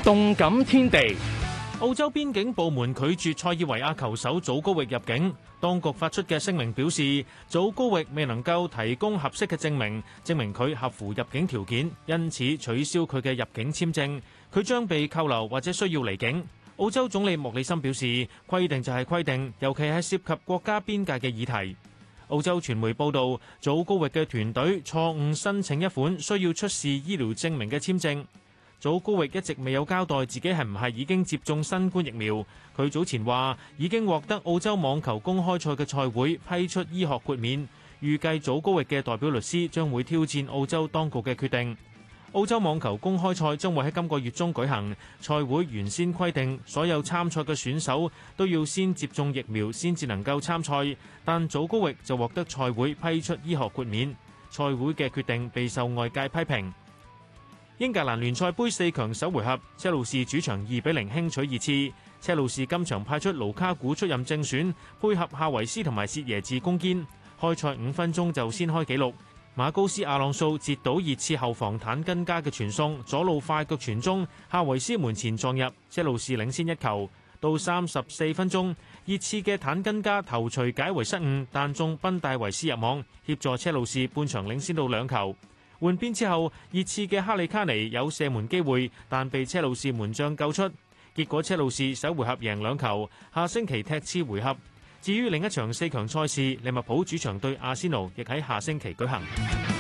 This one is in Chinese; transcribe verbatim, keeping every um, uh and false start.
動感天地， 澳洲邊境部門拒絕塞爾維亞球手祖高域入境，當局發出嘅聲明表示，祖高域未能夠提供合適嘅證明，證明佢合乎入境條件，因此取消佢嘅入境簽證，佢將被扣留或者需要離境。澳洲總理莫里森表示，規定就係規定，尤其係涉及國家邊界嘅議題。澳洲傳媒報道，祖高域嘅團隊錯誤申請一款需要出示醫療證明嘅簽證。祖高域一直未有交代自己係唔係已經接種新冠疫苗。佢早前話已經獲得澳洲網球公開賽嘅賽會批出醫學豁免，預計祖高域嘅代表律師將會挑戰澳洲當局嘅決定。澳洲網球公開賽將會喺今個月中舉行，賽會原先規定所有參賽嘅選手都要先接種疫苗先至能夠參賽，但祖高域就獲得賽會批出醫學豁免，賽會嘅決定備受外界批評。英格蘭聯賽杯四強首回合，車路士主場二比零輕取熱刺。車路士今場派出盧卡古出任正選，配合夏維斯同埋薛耶治攻堅。開賽五分鐘就先開紀錄，馬高斯阿朗素截到熱刺後防坦根加嘅傳送，左路快腳傳中，夏維斯門前撞入，車路士領先一球。到三十四分鐘，熱刺嘅坦根加頭槌解圍失誤，但中賓戴維斯入網，協助車路士半場領先到兩球。換邊之後，熱刺嘅哈利卡尼有射門機會，但被車路士門將救出。結果車路士首回合贏兩球，下星期踢次回合。至於另一場四強賽事，利物浦主場對阿仙奴，亦喺下星期舉行。